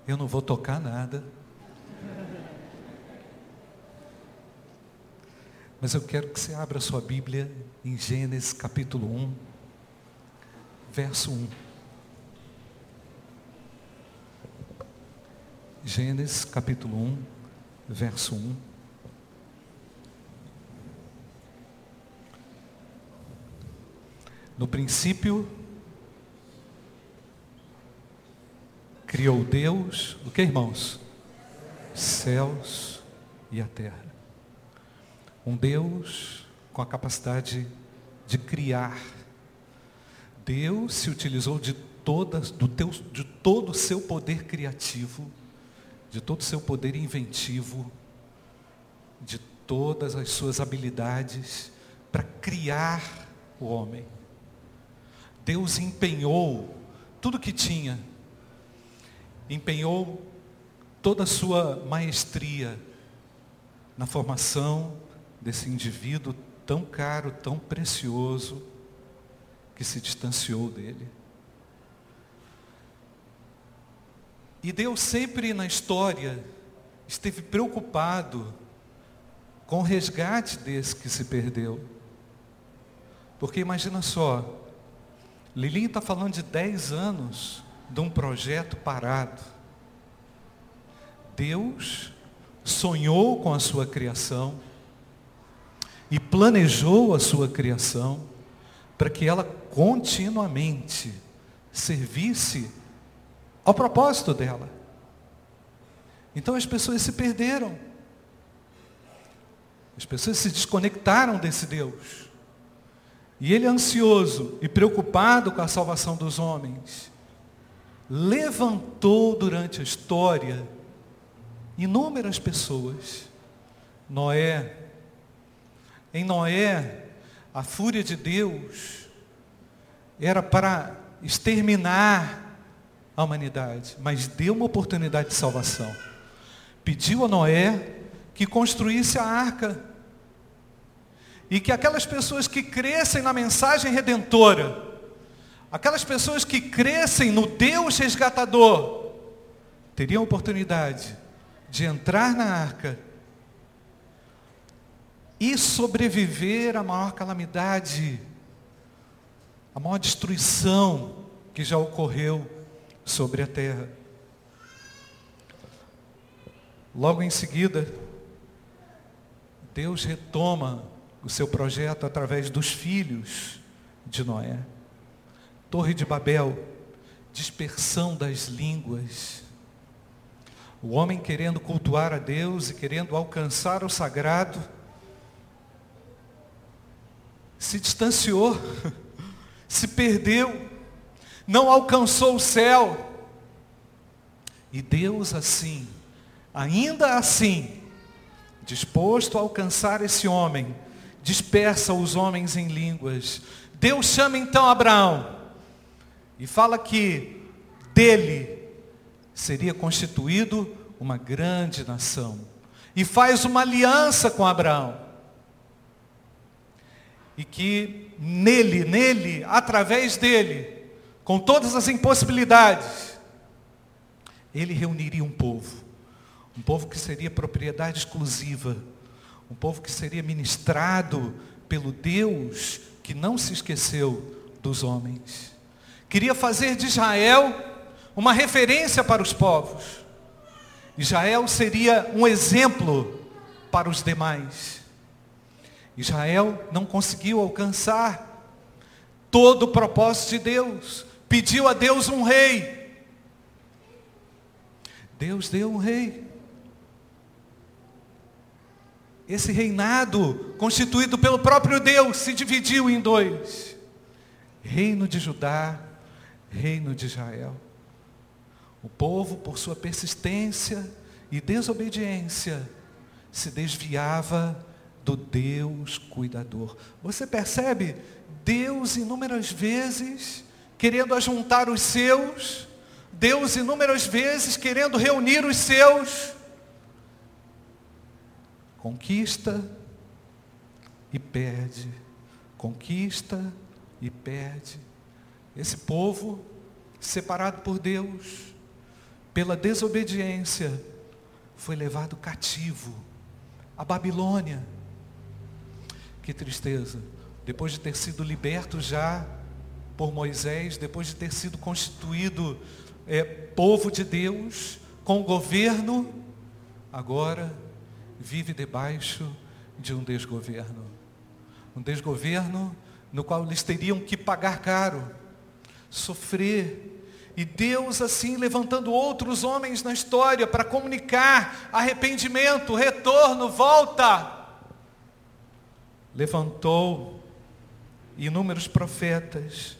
Eu não vou tocar nada. Mas eu quero que você abra sua Bíblia em Gênesis capítulo 1, verso 1. Gênesis capítulo 1, verso 1. No princípio, criou Deus, o que, irmãos? Céus e a terra. Um Deus com a capacidade de criar. Deus se utilizou de todo o seu poder criativo, de todo o seu poder inventivo, de todas as suas habilidades para criar o homem. Deus empenhou tudo que tinha, empenhou toda a sua maestria na formação desse indivíduo tão caro, tão precioso, que se distanciou dele. E Deus sempre na história esteve preocupado com o resgate desse que se perdeu. Porque imagina só, Lilinho está falando de 10 anos de um projeto parado. Deus sonhou com a sua criação e planejou a sua criação para que ela continuamente servisse ao propósito dela. Então as pessoas se perderam. As pessoas se desconectaram desse Deus. E Ele, ansioso e preocupado com a salvação dos homens, levantou durante a história inúmeras pessoas. Noé. Em Noé, a fúria de Deus era para exterminar a humanidade, mas deu uma oportunidade de salvação. Pediu a Noé que construísse a arca, e que aquelas pessoas que crescem na mensagem redentora, aquelas pessoas que crescem no Deus resgatador, teriam a oportunidade de entrar na arca e sobreviver à maior calamidade, a maior destruição que já ocorreu sobre a terra. Logo em seguida, Deus retoma o seu projeto através dos filhos de Noé. Torre de Babel, dispersão das línguas. O homem querendo cultuar a Deus e querendo alcançar o sagrado, se distanciou, se perdeu, não alcançou o céu. E Deus assim, ainda assim, disposto a alcançar esse homem, dispersa os homens em línguas. Deus chama então Abraão e fala que dele seria constituído uma grande nação. E faz uma aliança com Abraão. E que nele, através dele, com todas as impossibilidades, ele reuniria um povo que seria propriedade exclusiva, um povo que seria ministrado pelo Deus que não se esqueceu dos homens. Queria fazer de Israel uma referência para os povos. Israel seria um exemplo para os demais. Israel não conseguiu alcançar todo o propósito de Deus. Pediu a Deus um rei. Deus deu um rei. Esse reinado, constituído pelo próprio Deus, se dividiu em dois. Reino de Judá, reino de Israel. O povo, por sua persistência e desobediência, se desviava do Deus cuidador. Você percebe? Deus inúmeras vezes querendo ajuntar os seus, Deus inúmeras vezes querendo reunir os seus, conquista e perde, conquista e perde. Esse povo, separado por Deus, pela desobediência, foi levado cativo à Babilônia. Que tristeza. Depois de ter sido liberto já por Moisés, depois de ter sido constituído povo de Deus, com governo, agora vive debaixo de um desgoverno. Um desgoverno no qual eles teriam que pagar caro, sofrer. E Deus assim levantando outros homens na história para comunicar arrependimento, retorno, volta. Levantou inúmeros profetas,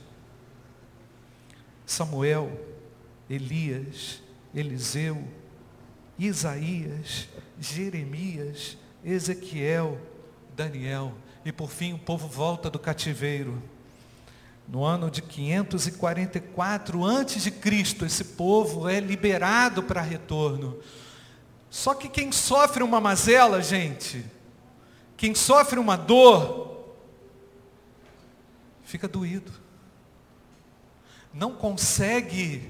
Samuel, Elias, Eliseu, Isaías, Jeremias, Ezequiel, Daniel. E por fim o povo volta do cativeiro. No ano de 544 a.C., esse povo é liberado para retorno. Só que quem sofre uma mazela, gente, quem sofre uma dor, fica doído. Não consegue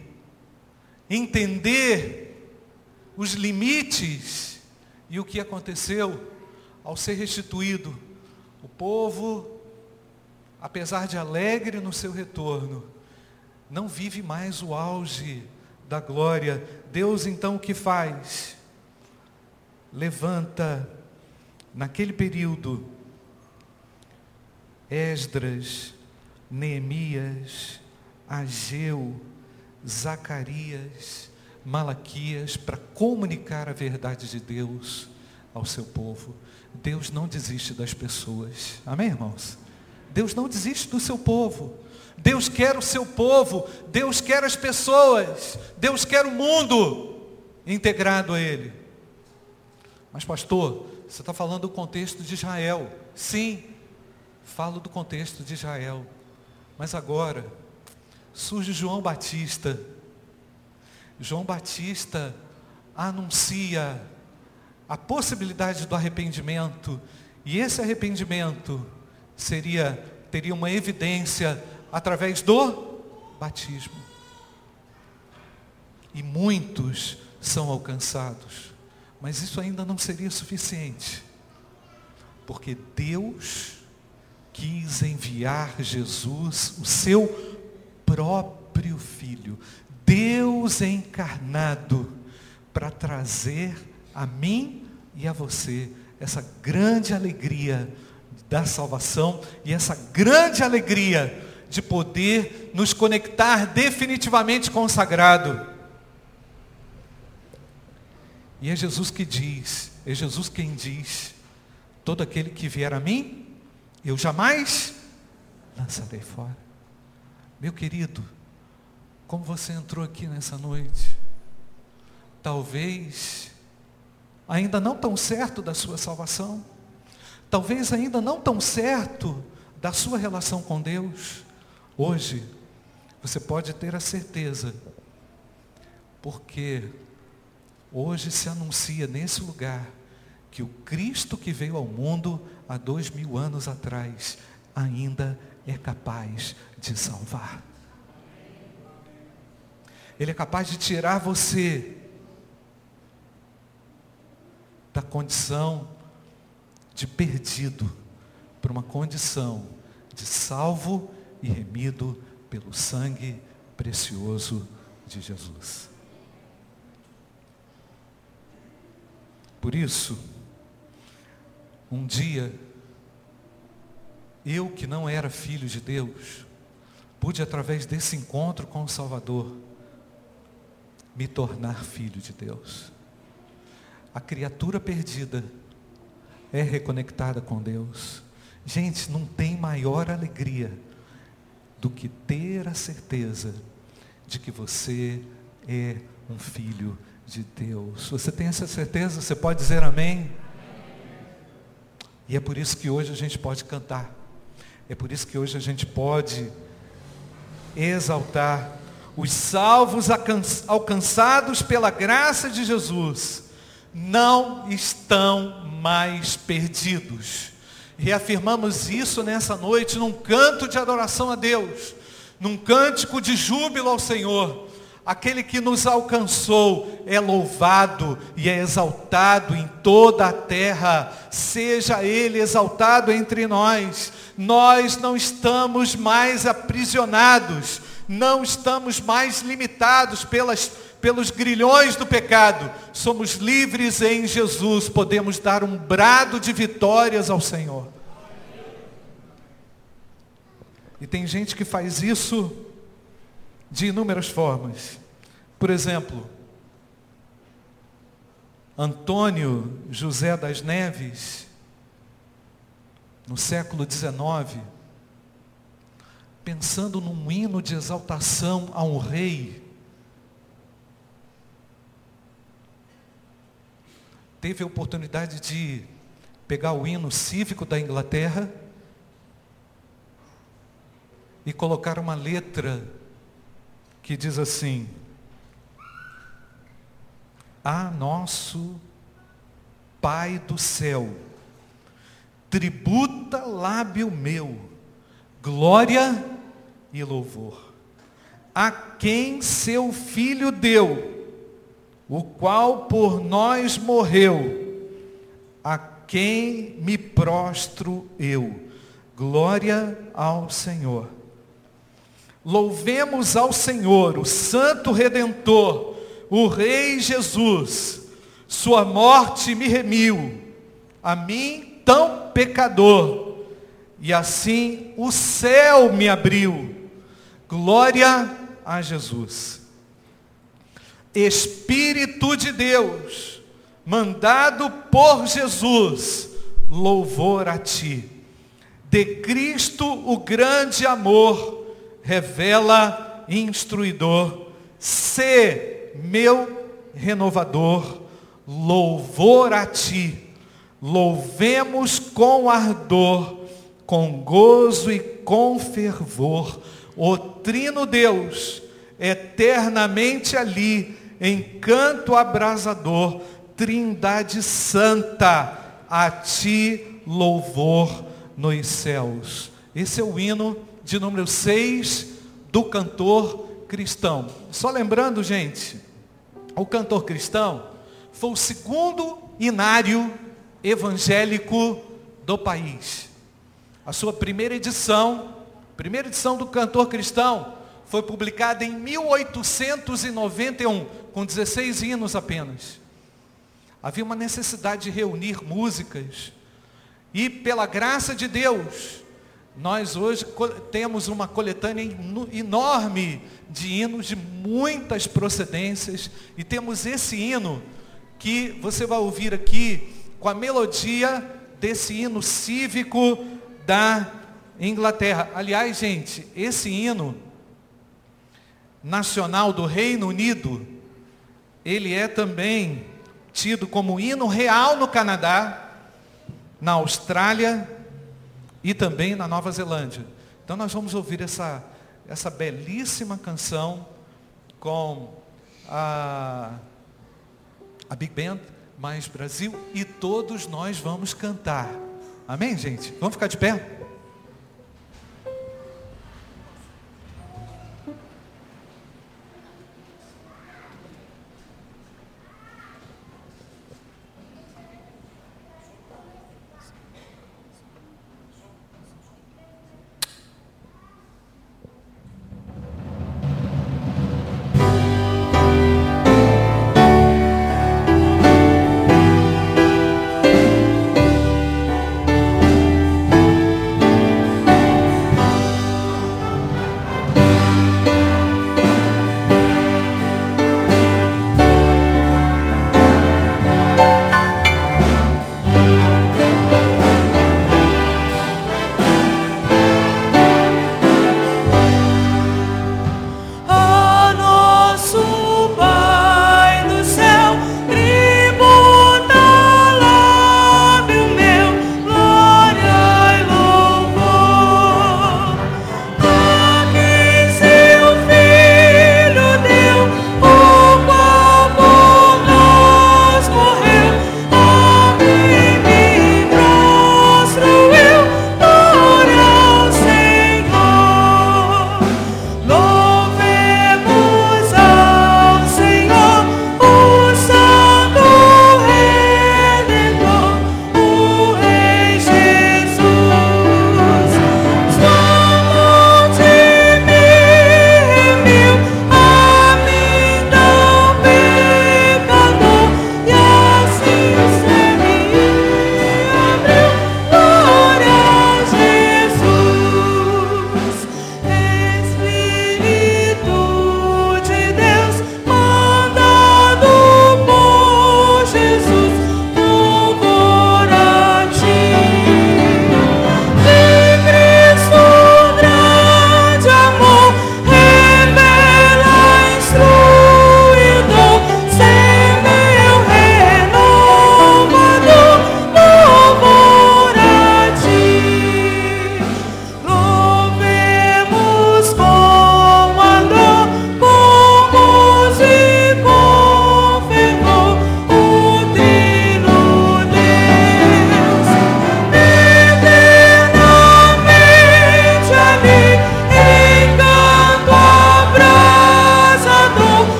entender os limites e o que aconteceu ao ser restituído. O povo, apesar de alegre no seu retorno, não vive mais o auge da glória. Deus então o que faz? Levanta, naquele período, Esdras, Neemias, Ageu, Zacarias, Malaquias, para comunicar a verdade de Deus ao seu povo. Deus não desiste das pessoas. Amém, irmãos? Deus não desiste do seu povo. Deus quer o seu povo. Deus quer as pessoas. Deus quer o mundo integrado a Ele. Mas pastor, você está falando do contexto de Israel. Sim, falo do contexto de Israel. Mas agora, surge João Batista. João Batista anuncia a possibilidade do arrependimento. E esse arrependimento teria uma evidência através do batismo. E muitos são alcançados. Mas isso ainda não seria suficiente. Porque Deus quis enviar Jesus, o seu próprio Filho. Deus encarnado, para trazer a mim e a você essa grande alegria da salvação e essa grande alegria de poder nos conectar definitivamente com o sagrado. E é Jesus que diz, é Jesus quem diz: todo aquele que vier a mim, eu jamais lançarei fora. Meu querido, como você entrou aqui nessa noite, talvez ainda não tão certo da sua salvação, talvez ainda não tão certo da sua relação com Deus. Hoje, você pode ter a certeza, porque hoje se anuncia nesse lugar que o Cristo que veio ao mundo há 2000 anos atrás ainda é capaz de salvar. Ele é capaz de tirar você da condição de perdido para uma condição de salvo e remido pelo sangue precioso de Jesus. Por isso, um dia, eu que não era filho de Deus, pude através desse encontro com o Salvador, me tornar filho de Deus. A criatura perdida é reconectada com Deus. Gente, não tem maior alegria do que ter a certeza de que você é um filho de Deus. Você tem essa certeza? Você pode dizer amém? E é por isso que hoje a gente pode cantar. É por isso que hoje a gente pode exaltar. Os salvos alcançados pela graça de Jesus não estão mais perdidos. Reafirmamos isso nessa noite num canto de adoração a Deus, num cântico de júbilo ao Senhor. aquele que nos alcançou, é louvado e é exaltado em toda a terra. Seja Ele exaltado entre nós. Nós não estamos mais aprisionados, não estamos mais limitados pelos grilhões do pecado. Somos livres em Jesus, podemos dar um brado de vitórias ao Senhor. E tem gente que faz isso de inúmeras formas. Por exemplo, Antônio José das Neves, no século XIX, pensando num hino de exaltação a um rei, teve a oportunidade de pegar o hino cívico da Inglaterra e colocar uma letra que diz assim: a nosso Pai do céu, tributa lábio meu, glória e louvor, a quem seu Filho deu, o qual por nós morreu, a quem me prostro eu, glória ao Senhor. Louvemos ao Senhor, o Santo Redentor, o Rei Jesus. Sua morte me remiu, a mim tão pecador, e assim o céu me abriu. Glória a Jesus. Espírito de Deus, mandado por Jesus, louvor a ti. De Cristo o grande amor, revela instruidor, sê meu renovador, louvor a ti. Louvemos com ardor, com gozo e com fervor, o Trino Deus, eternamente ali, em canto abrasador, Trindade Santa, a ti louvor nos céus. Esse é o hino de número 6 do cantor cristão. Só lembrando, gente, o cantor cristão foi o segundo hinário evangélico do país. A sua primeira edição do cantor cristão, foi publicada em 1891, com 16 hinos apenas. Havia uma necessidade de reunir músicas, e pela graça de Deus, nós hoje temos uma coletânea enorme de hinos de muitas procedências, e temos esse hino que você vai ouvir aqui com a melodia desse hino cívico da Inglaterra. Aliás, gente, esse hino nacional do Reino Unido, ele é também tido como hino real no Canadá, na Austrália e também na Nova Zelândia. Então nós vamos ouvir essa belíssima canção com a Big Band Mais Brasil, e todos nós vamos cantar. Amém, gente? Vamos ficar de pé?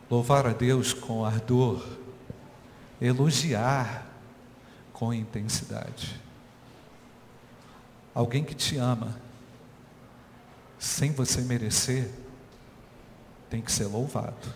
louvar a Deus com ardor, elogiar com intensidade. Alguém que te ama, sem você merecer, tem que ser louvado.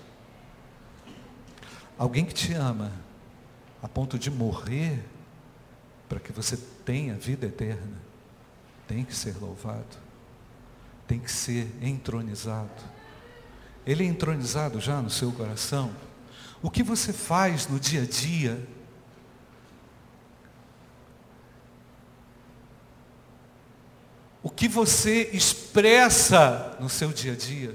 Alguém que te ama, a ponto de morrer, para que você tenha vida eterna, tem que ser louvado, tem que ser entronizado. Ele é entronizado já no seu coração. O que você faz no dia a dia, o que você expressa no seu dia a dia,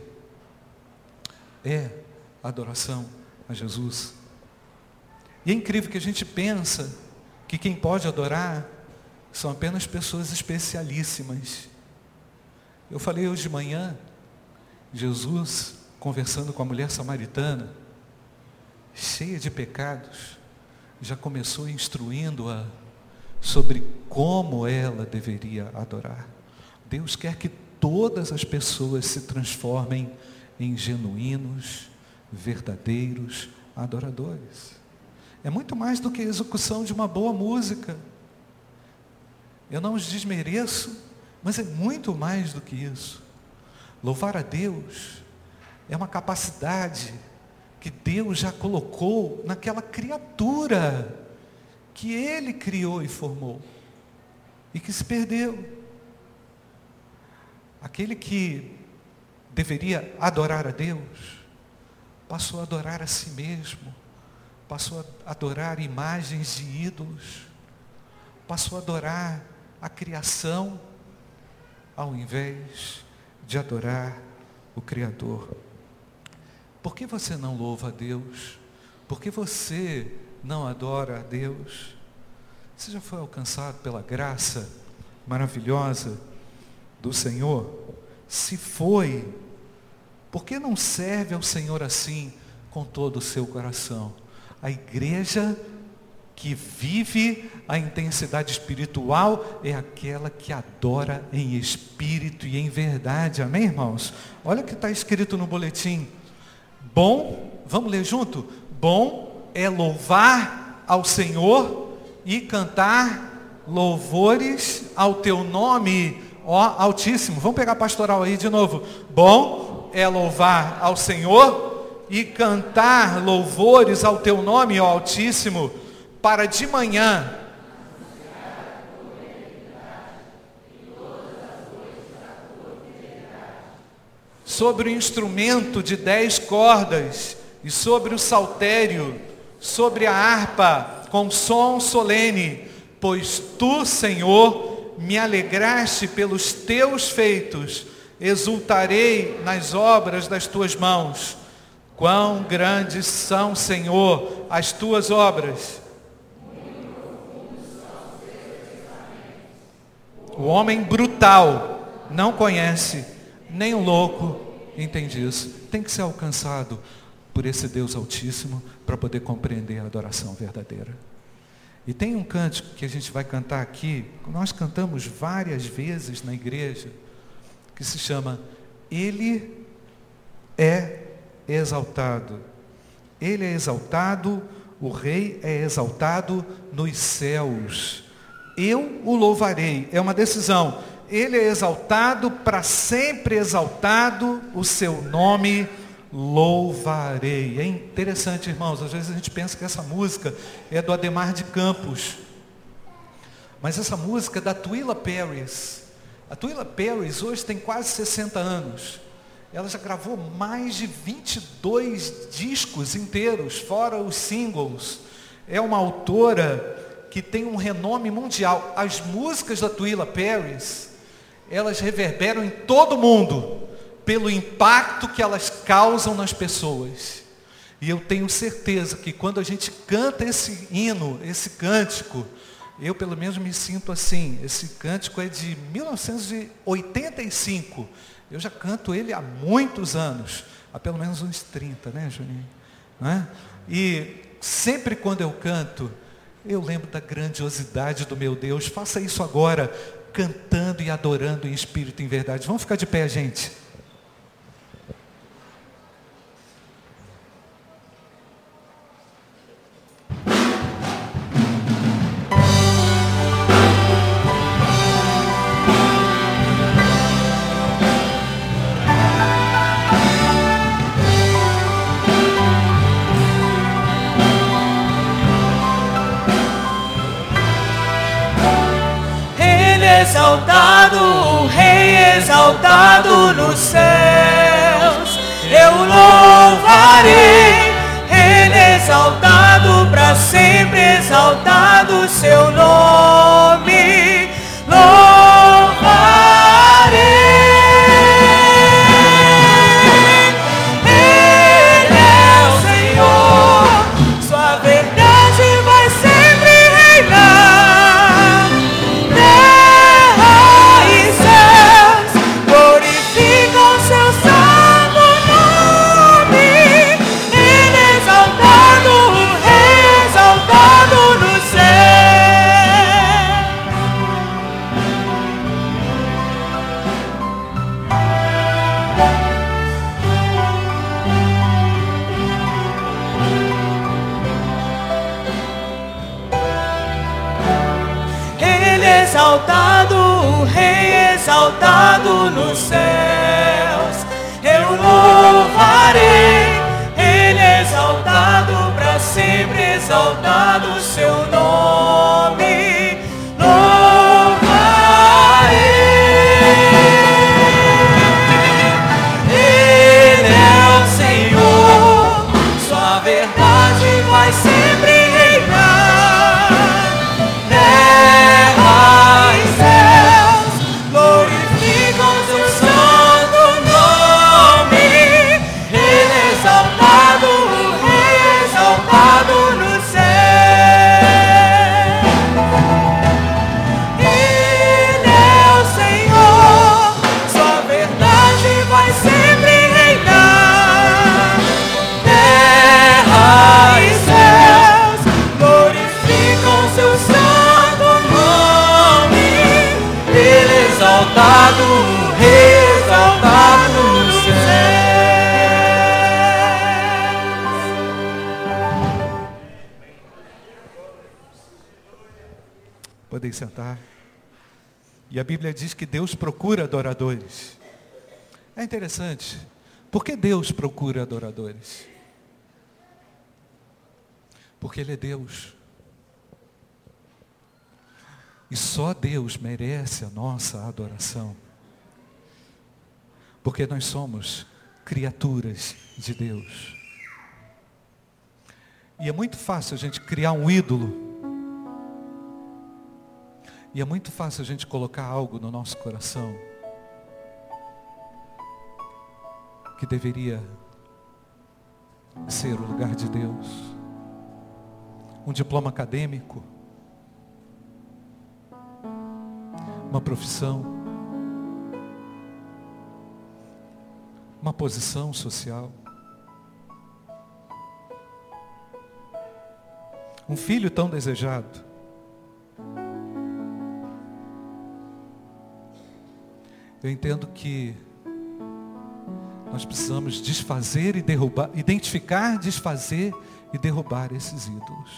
é adoração a Jesus. E é incrível que a gente pensa que quem pode adorar são apenas pessoas especialíssimas. Eu falei hoje de manhã, Jesus conversando com a mulher samaritana, cheia de pecados, já começou instruindo-a sobre como ela deveria adorar. Deus quer que todas as pessoas se transformem em genuínos, verdadeiros adoradores. É muito mais do que a execução de uma boa música. Eu não os desmereço, mas é muito mais do que isso. Louvar a Deus é uma capacidade que Deus já colocou naquela criatura que Ele criou e formou e que se perdeu. Aquele que deveria adorar a Deus passou a adorar a si mesmo, passou a adorar imagens de ídolos, passou a adorar a criação, ao invés de adorar o Criador. Por que você não louva a Deus? Por que você não adora a Deus? Você já foi alcançado pela graça maravilhosa do Senhor? Se foi, por que não serve ao Senhor assim, com todo o seu coração? A igreja que vive a intensidade espiritual é aquela que adora em espírito e em verdade. Amém, irmãos? Olha o que está escrito no boletim. Bom, vamos ler junto? Bom é louvar ao Senhor e cantar louvores ao teu nome, ó Altíssimo. Vamos pegar a pastoral aí de novo. Bom é louvar ao Senhor e cantar louvores ao teu nome, ó Altíssimo, para de manhã sobre o instrumento de 10 cordas e sobre o saltério, sobre a harpa com som solene, pois tu, Senhor, me alegraste pelos teus feitos, exultarei nas obras das tuas mãos. Quão grandes são, Senhor, as tuas obras! O homem brutal não conhece, nem o louco entende isso. Tem que ser alcançado por esse Deus Altíssimo para poder compreender a adoração verdadeira. E tem um cântico que a gente vai cantar aqui, nós cantamos várias vezes na igreja, que se chama Ele é exaltado. Ele é exaltado, o Rei é exaltado nos céus. Eu o louvarei, é uma decisão. Ele é exaltado, para sempre exaltado, o seu nome louvarei. É interessante, irmãos, às vezes a gente pensa que essa música é do Ademar de Campos, mas essa música é da Twila Paris. A Twila Paris hoje tem quase 60 anos. Ela já gravou mais de 22 discos inteiros, fora os singles. É uma autora que tem um renome mundial. As músicas da Twila Paris, elas reverberam em todo o mundo, pelo impacto que elas causam nas pessoas. E eu tenho certeza que quando a gente canta esse hino, esse cântico, eu pelo menos me sinto assim. Esse cântico é de 1985. Eu já canto ele há muitos anos, há pelo menos uns 30, né, Juninho? Não é? E sempre quando eu canto, eu lembro da grandiosidade do meu Deus. Faça isso agora, cantando e adorando em espírito e em verdade. Vamos ficar de pé, gente. exaltado, o Rei exaltado nos céus. Eu louvarei, Ele exaltado, para sempre exaltado o seu nome. Louvarei. Ele é o Senhor, sua verdade vai sempre reinar. Terra e céus glorificam seu santo nome. Ele é exaltado, o Rei exaltado no céu. Ele é exaltado, o Rei exaltado nos céus. Eu louvarei, Ele é exaltado, para sempre exaltado o seu nome. Louvarei. Ele é o Senhor, sua verdade vai sempre reinar. Terra e céus glorificam seu santo nome. Ele é exaltado, o Rei exaltado no céu. Ele é o Senhor, sua verdade vai sempre reinar. Terra e céus glorificam seu santo nome. Ele é exaltado, o Rei exaltado nos céus. Podem sentar. E a Bíblia diz que Deus procura adoradores. É interessante. Por que Deus procura adoradores? Porque Ele é Deus. E só Deus merece a nossa adoração. Porque nós somos criaturas de Deus. E é muito fácil a gente criar um ídolo. E é muito fácil a gente colocar algo no nosso coração que deveria ser o lugar de Deus. Um diploma acadêmico, uma profissão, uma posição social, um filho tão desejado. Eu entendo que nós precisamos desfazer e derrubar, identificar, desfazer e derrubar esses ídolos.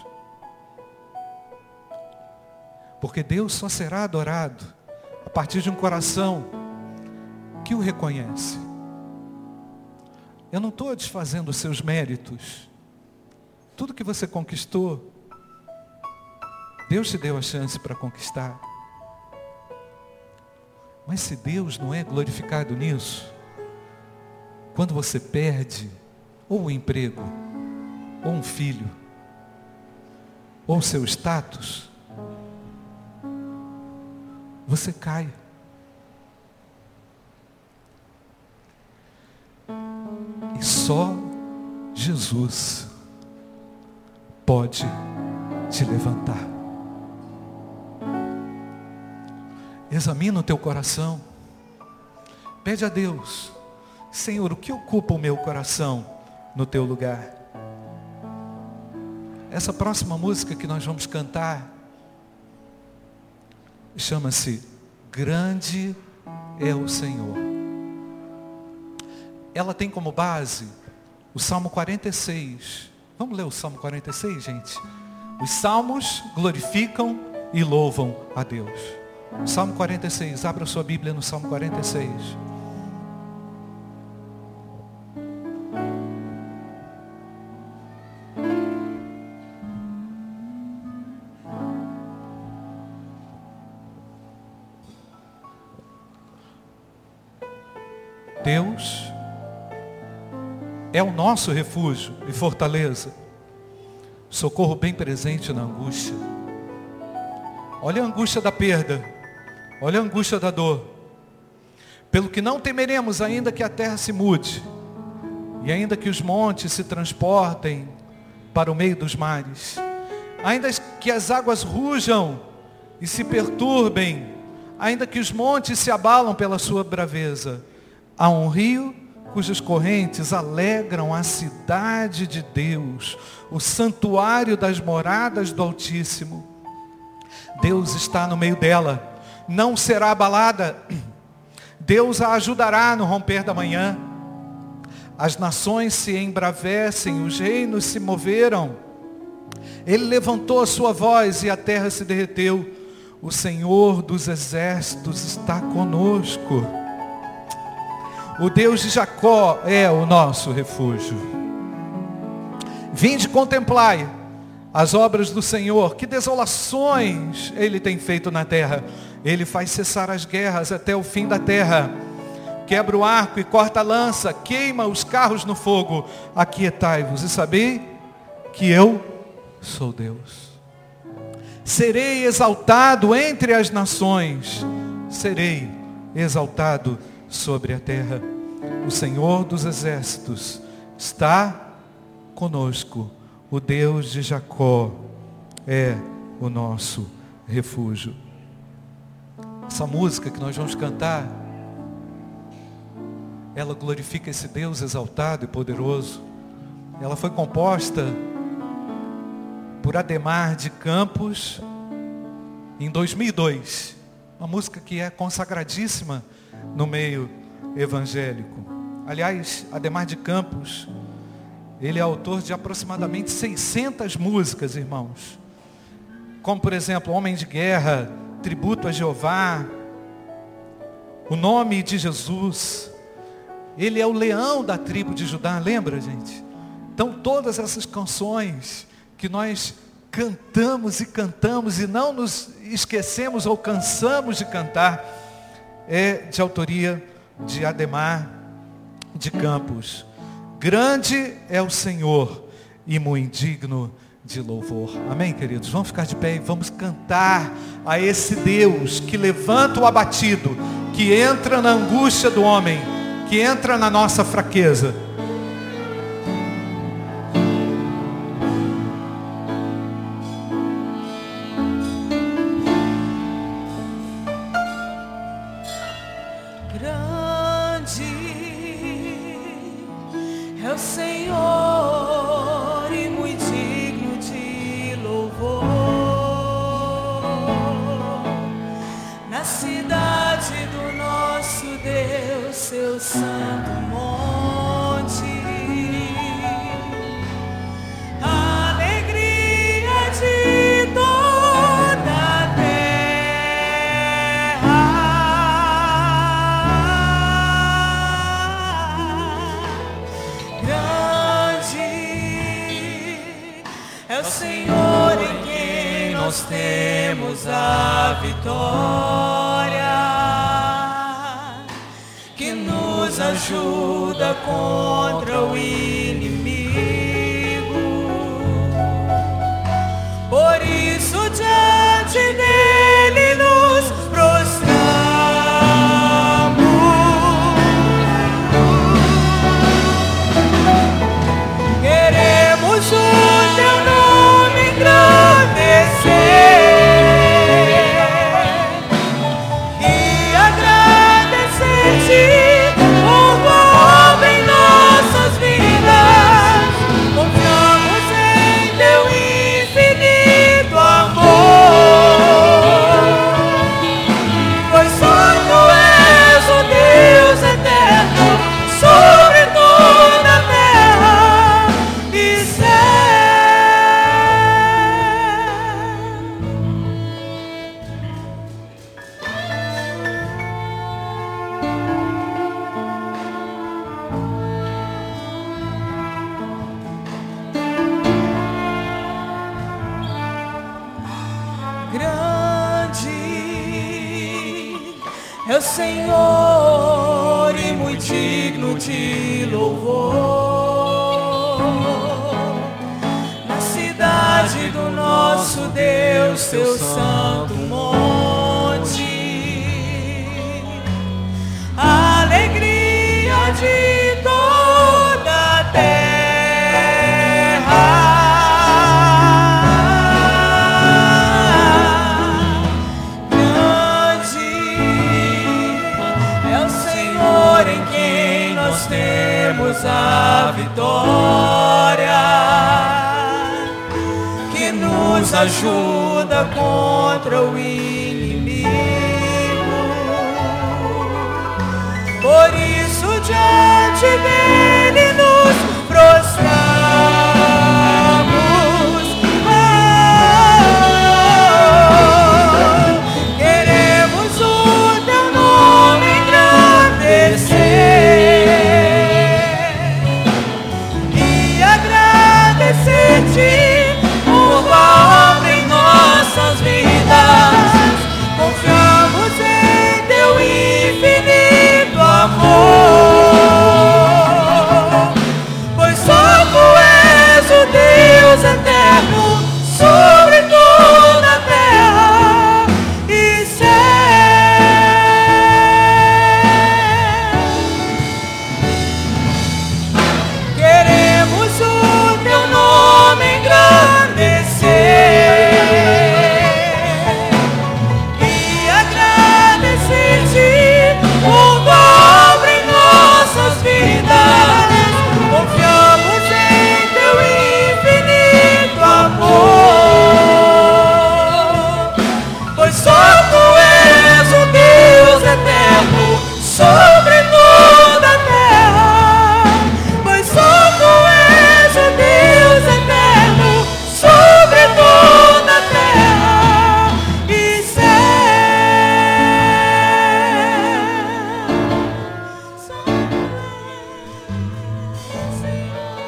Porque Deus só será adorado a partir de um coração que o reconhece. Eu não estou desfazendo os seus méritos. Tudo que você conquistou, Deus te deu a chance para conquistar. Mas se Deus não é glorificado nisso, quando você perde ou o emprego, ou um filho, ou o seu status, você cai. E só Jesus pode te levantar. Examina o teu coração. Pede a Deus: Senhor, o que ocupa o meu coração no teu lugar? Essa próxima música que nós vamos cantar chama-se Grande é o Senhor. Ela tem como base o Salmo 46. Vamos ler o Salmo 46, gente? Os salmos glorificam e louvam a Deus. Salmo 46, abra sua Bíblia no Salmo 46. Deus é o nosso refúgio e fortaleza, socorro bem presente na angústia. Olha a angústia da perda, olha a angústia da dor. Pelo que não temeremos, ainda que a terra se mude, e ainda que os montes se transportem para o meio dos mares, ainda que as águas rujam e se perturbem, ainda que os montes se abalam pela sua braveza, há um rio cujas correntes alegram a cidade de Deus, o santuário das moradas do Altíssimo. Deus está no meio dela, não será abalada. Deus a ajudará no romper da manhã. As nações se embravecem, os reinos se moveram. Ele levantou a sua voz e a terra se derreteu. O Senhor dos exércitos está conosco. O Deus de Jacó é o nosso refúgio. Vinde contemplai as obras do Senhor. Que desolações Ele tem feito na terra. Ele faz cessar as guerras até o fim da terra. Quebra o arco e corta a lança. Queima os carros no fogo. Aquietai-vos e sabei que eu sou Deus. Serei exaltado entre as nações. Serei exaltado sobre a terra. O Senhor dos exércitos está conosco. O Deus de Jacó é o nosso refúgio. Essa música que nós vamos cantar, ela glorifica esse Deus exaltado e poderoso. Ela foi composta por Ademar de Campos em 2002. Uma música que é consagradíssima no meio evangélico. Aliás, Ademar de Campos, ele é autor de aproximadamente 600 músicas, irmãos. Como, por exemplo, Homem de Guerra, Tributo a Jeová, O Nome de Jesus. Ele é o leão da tribo de Judá, lembra, gente? Então, todas essas canções que nós cantamos e não nos esquecemos ou cansamos de cantar, é de autoria de Ademar de Campos. Grande é o Senhor e muito digno de louvor. Amém, queridos? Vamos ficar de pé e vamos cantar a esse Deus que levanta o abatido, que entra na angústia do homem, que entra na nossa fraqueza. Ajuda contra o inimigo. Por isso diante dele nos prostramos. Queremos o teu nome engrandecer e agradecer-te. Confiamos em teu infinito É o Senhor supremo e digno de louvor. Na cidade do nosso Deus, seu santo monte, a alegria de toda a terra. Grande é o Senhor em quem nós temos a vitória, que nos ajuda contra o inimigo. Por isso diante dele nos prostramos. Queremos o teu nome engrandecer e agradecer-te por tua obra em nossas vidas. Confiamos em teu infinito amor, pois só tu és o Deus eterno sobre toda a terra e céu. Queremos o teu nome engrandecer e agradecer-te por tua obra em nossas vidas. Confiamos em teu infinito amor, pois só tu és o Deus eterno sobre toda a terra. Pois só tu és o Deus eterno sobre toda a terra e céu. Só tu és, Senhor.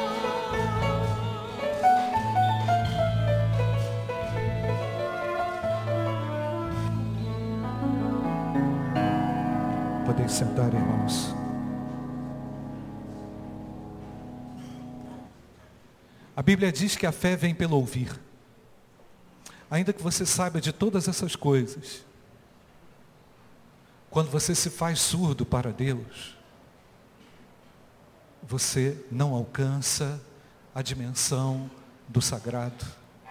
Podem sentar, irmãos. A Bíblia diz que a fé vem pelo ouvir. Ainda que você saiba de todas essas coisas, quando você se faz surdo para Deus, você não alcança a dimensão do sagrado.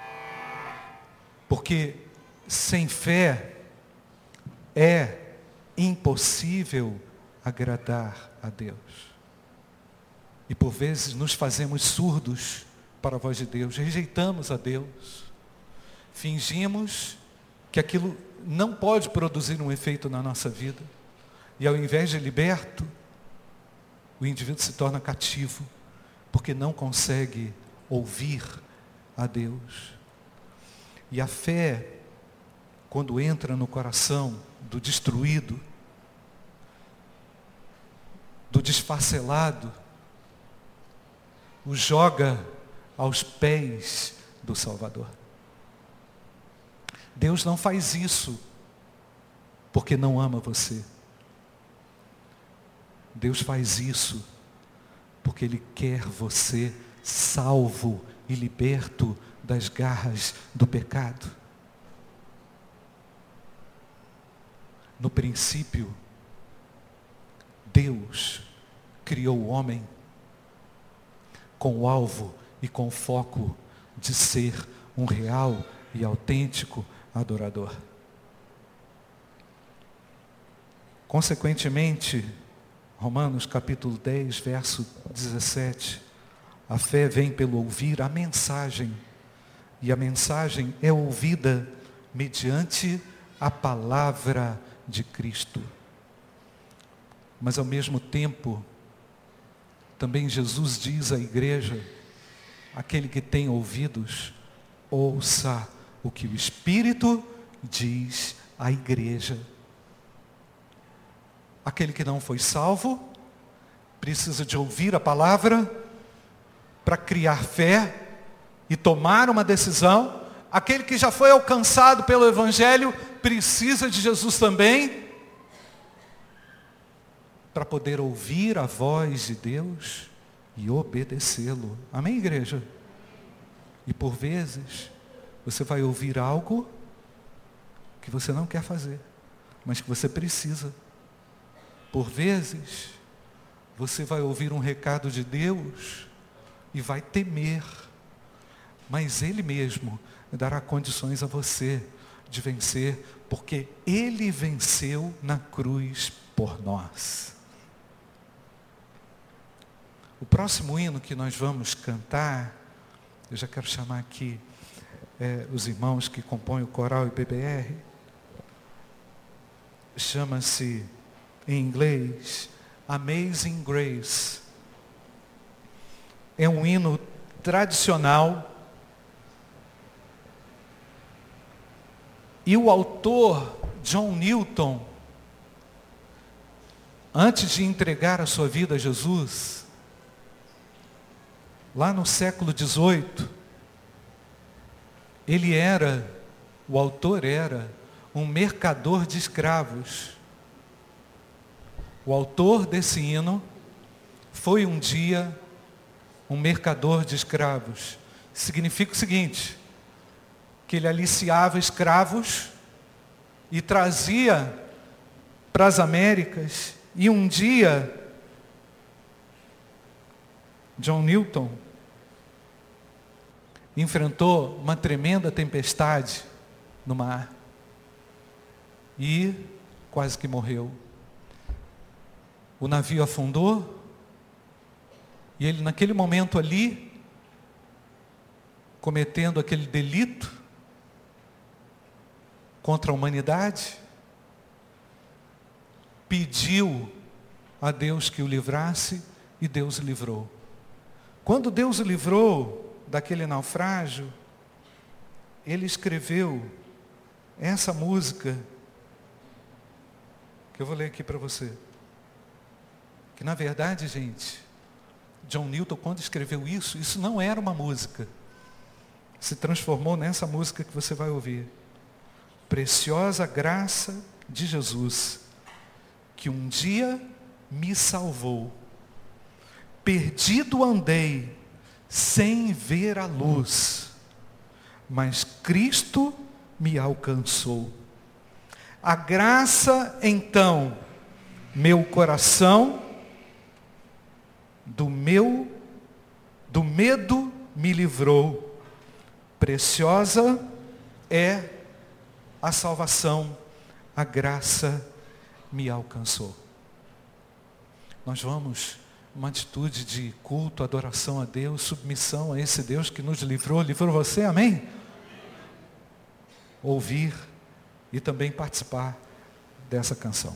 Porque sem fé é impossível agradar a Deus. E por vezes nos fazemos surdos para a voz de Deus, rejeitamos a Deus, fingimos que aquilo não pode produzir um efeito na nossa vida, e ao invés de liberto, o indivíduo se torna cativo, porque não consegue ouvir a Deus. E a fé, quando entra no coração do destruído, do desfacelado, o joga aos pés do Salvador. Deus não faz isso porque não ama você. Deus faz isso porque Ele quer você salvo e liberto das garras do pecado. No princípio, Deus criou o homem com o alvo e com o foco de ser um real e autêntico adorador. Consequentemente, Romanos capítulo 10, verso 17, a fé vem pelo ouvir a mensagem, e a mensagem é ouvida mediante a palavra de Cristo. Mas ao mesmo tempo, também Jesus diz à igreja: aquele que tem ouvidos, ouça o que o Espírito diz à igreja. Aquele que não foi salvo, precisa de ouvir a palavra para criar fé e tomar uma decisão. Aquele que já foi alcançado pelo Evangelho, precisa de Jesus também, para poder ouvir a voz de Deus e obedecê-lo. Amém, igreja? E por vezes, você vai ouvir algo que você não quer fazer, mas que você precisa. Por vezes, você vai ouvir um recado de Deus e vai temer, mas Ele mesmo dará condições a você de vencer, porque Ele venceu na cruz por nós. O próximo hino que nós vamos cantar, eu já quero chamar aqui os irmãos que compõem o coral e BBR, chama-se em inglês Amazing Grace. É um hino tradicional e o autor John Newton, antes de entregar a sua vida a Jesus, lá no século XVIII, o autor era um mercador de escravos. O autor desse hino foi um dia um mercador de escravos. Significa o seguinte, que ele aliciava escravos e trazia para as Américas, e um dia, John Newton enfrentou uma tremenda tempestade no mar e quase que morreu. O navio afundou e ele, naquele momento ali, cometendo aquele delito contra a humanidade, pediu a Deus que o livrasse e Deus o livrou. Quando Deus o livrou daquele naufrágio, ele escreveu essa música que eu vou ler aqui para você. Que na verdade, gente, John Newton, quando escreveu isso não era uma música. Se transformou nessa música que você vai ouvir. Preciosa graça de Jesus, que um dia me salvou. Perdido andei, sem ver a luz, mas Cristo me alcançou. A graça, então, meu coração, do medo me livrou. Preciosa é a salvação, a graça me alcançou. Nós vamos, uma atitude de culto, adoração a Deus, submissão a esse Deus que nos livrou você, amém? Ouvir e também participar dessa canção.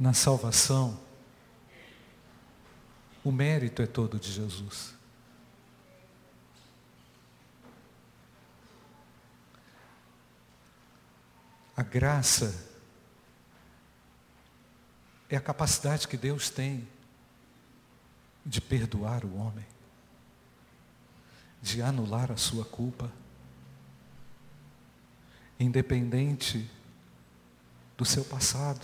na salvação, o mérito é todo de Jesus. A graça é a capacidade que Deus tem de perdoar o homem, de anular a sua culpa, independente do seu passado.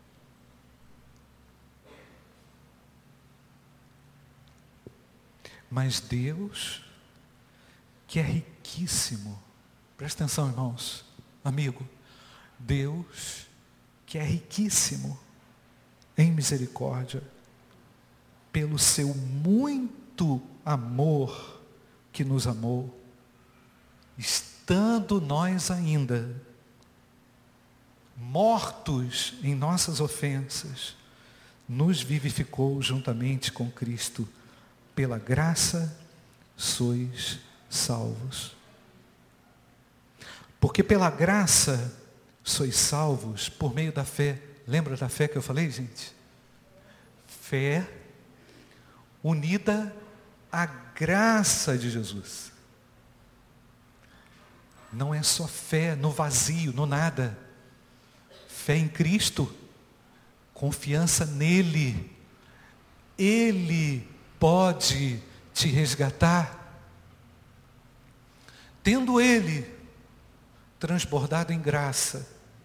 Mas Deus, que é riquíssimo, presta atenção, irmãos, amigo, Deus, que é riquíssimo em misericórdia, pelo seu muito amor que nos amou, estando nós ainda mortos em nossas ofensas, nos vivificou juntamente com Cristo. Pela graça sois salvos. Porque pela graça sois salvos por meio da fé. Lembra da fé que eu falei, gente? Fé unida à graça de Jesus. Não é só fé no vazio, no nada. Fé em Cristo, confiança nele. Ele pode te resgatar. Tendo Ele transbordado em graça,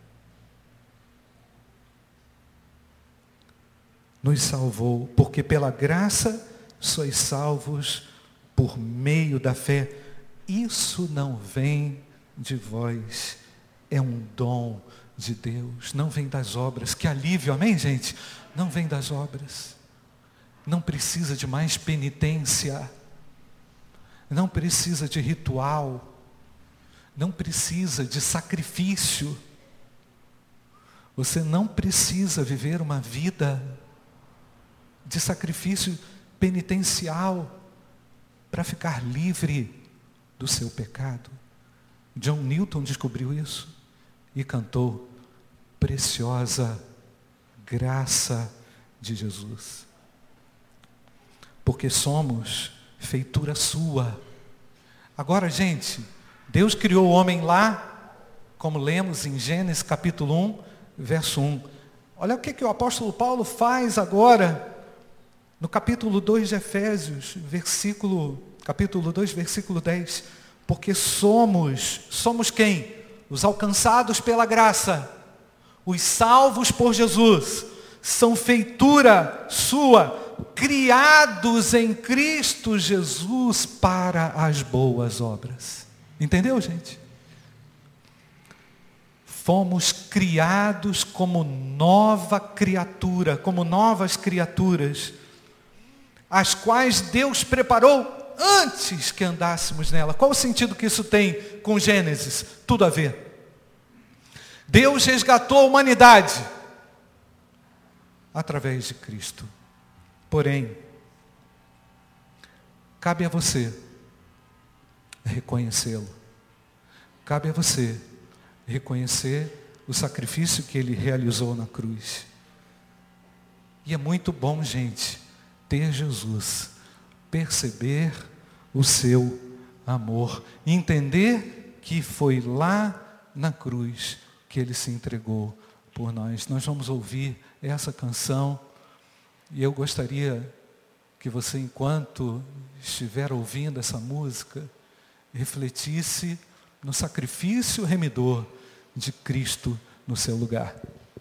nos salvou, porque pela graça sois salvos por meio da fé. Isso não vem de vós, é um dom de Deus, não vem das obras. Que alívio, amém, gente? Não vem das obras. Não precisa de mais penitência, não precisa de ritual, não precisa de sacrifício. Você não precisa viver uma vida de sacrifício penitencial para ficar livre do seu pecado. John Newton descobriu isso e cantou: preciosa graça de Jesus. Porque somos feitura sua. Agora, gente, Deus criou o homem lá, como lemos em Gênesis capítulo 1, verso 1. Olha o que o apóstolo Paulo faz agora, no capítulo 2 de Efésios, capítulo 2, versículo 10. Porque somos quem? Os alcançados pela graça, os salvos por Jesus, são feitura sua, criados em Cristo Jesus para as boas obras. Entendeu, gente? Fomos criados como nova criatura, como novas criaturas, as quais Deus preparou antes que andássemos nela. Qual o sentido que isso tem com Gênesis? Tudo a ver. Deus resgatou a humanidade através de Cristo. Porém, cabe a você reconhecê-lo. Cabe a você reconhecer o sacrifício que Ele realizou na cruz. E é muito bom, gente, ter Jesus, perceber o seu amor, entender que foi lá na cruz que Ele se entregou por nós. Nós vamos ouvir essa canção. E eu gostaria que você, enquanto estiver ouvindo essa música, refletisse no sacrifício remidor de Cristo no seu lugar.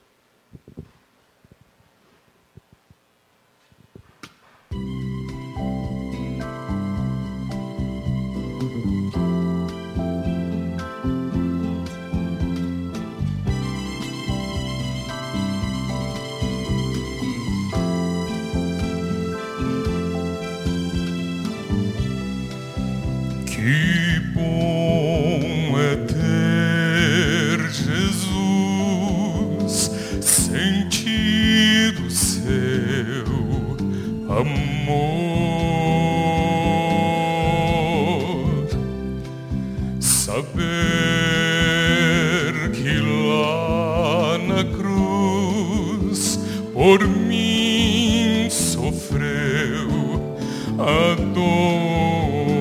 Que bom é ter Jesus, sentir o seu amor, saber que lá na cruz por mim sofreu a dor.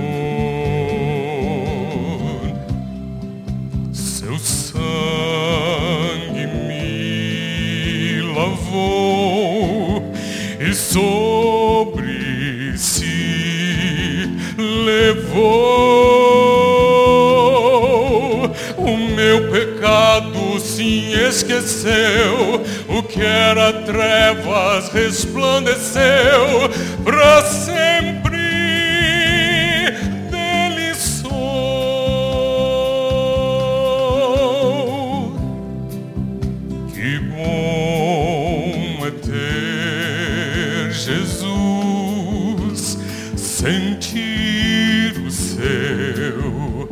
Seu sangue me lavou e sobre si levou. O meu pecado sim esqueceu, o que era trevas resplandeceu. Para sempre dele sou. Que bom é ter Jesus, sentir o seu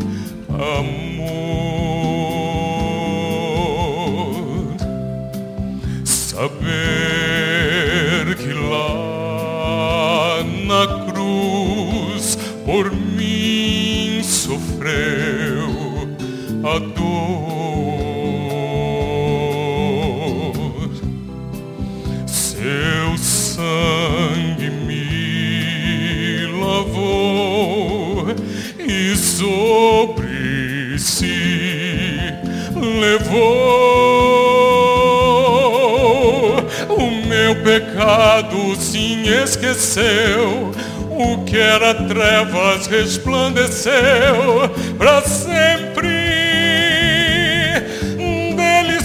amor, saber que lá na cruz por mim sofreu a dor. Seu sangue me lavou e sobre si levou. O meu pecado sim esqueceu, o que era trevas resplandeceu. Para sempre dele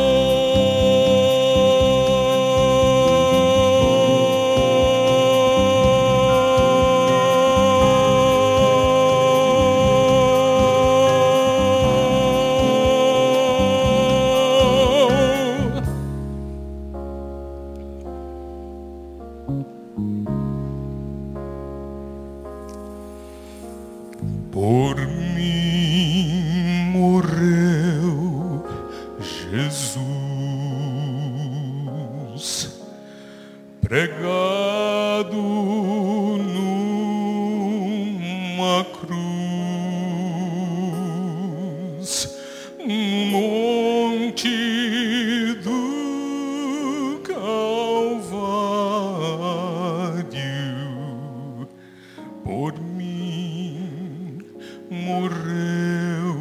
por mim morreu Jesus, pregado numa cruz, monte do Calvário. Por mim morreu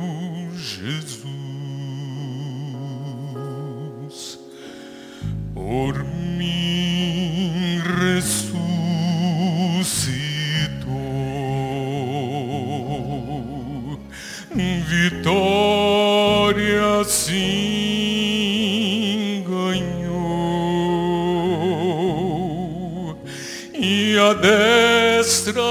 Jesus, por mim ressuscitou. Vitória sim ganhou, e a destra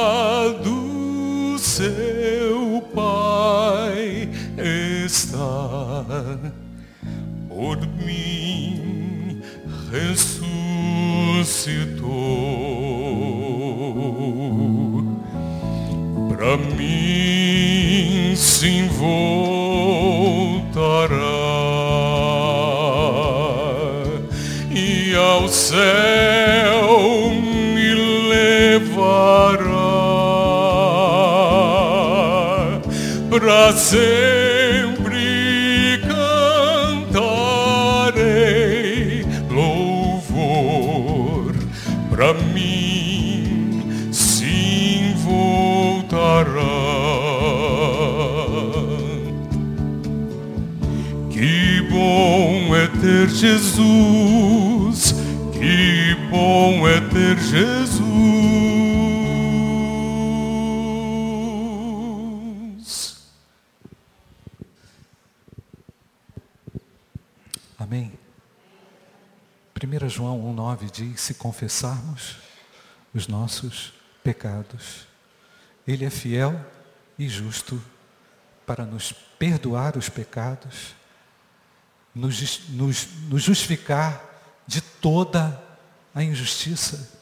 do seu Pai está. Por mim ressuscitou. Pra mim sim voltará e ao céu me levará. Pra sempre cantarei louvor. Pra mim sim voltará. Que bom é ter Jesus, que bom é ter Jesus. Amém. 1 João 1,9 diz: se confessarmos os nossos pecados, Ele é fiel e justo para nos perdoar os pecados, nos justificar de toda a injustiça.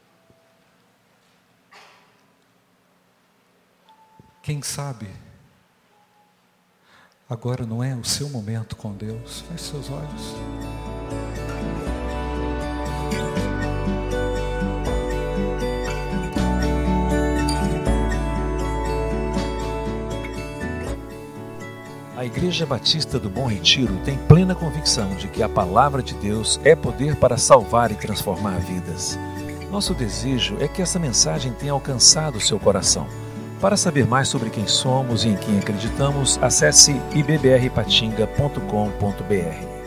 Quem sabe agora não é o seu momento com Deus? Feche seus olhos. A igreja Igreja Batista do Bom Retiro tem plena convicção de que a palavra de Deus é poder para salvar e transformar vidas. Nosso desejo é que essa mensagem tenha alcançado o seu coração. Para saber mais sobre quem somos e em quem acreditamos, acesse ibbrpatinga.com.br.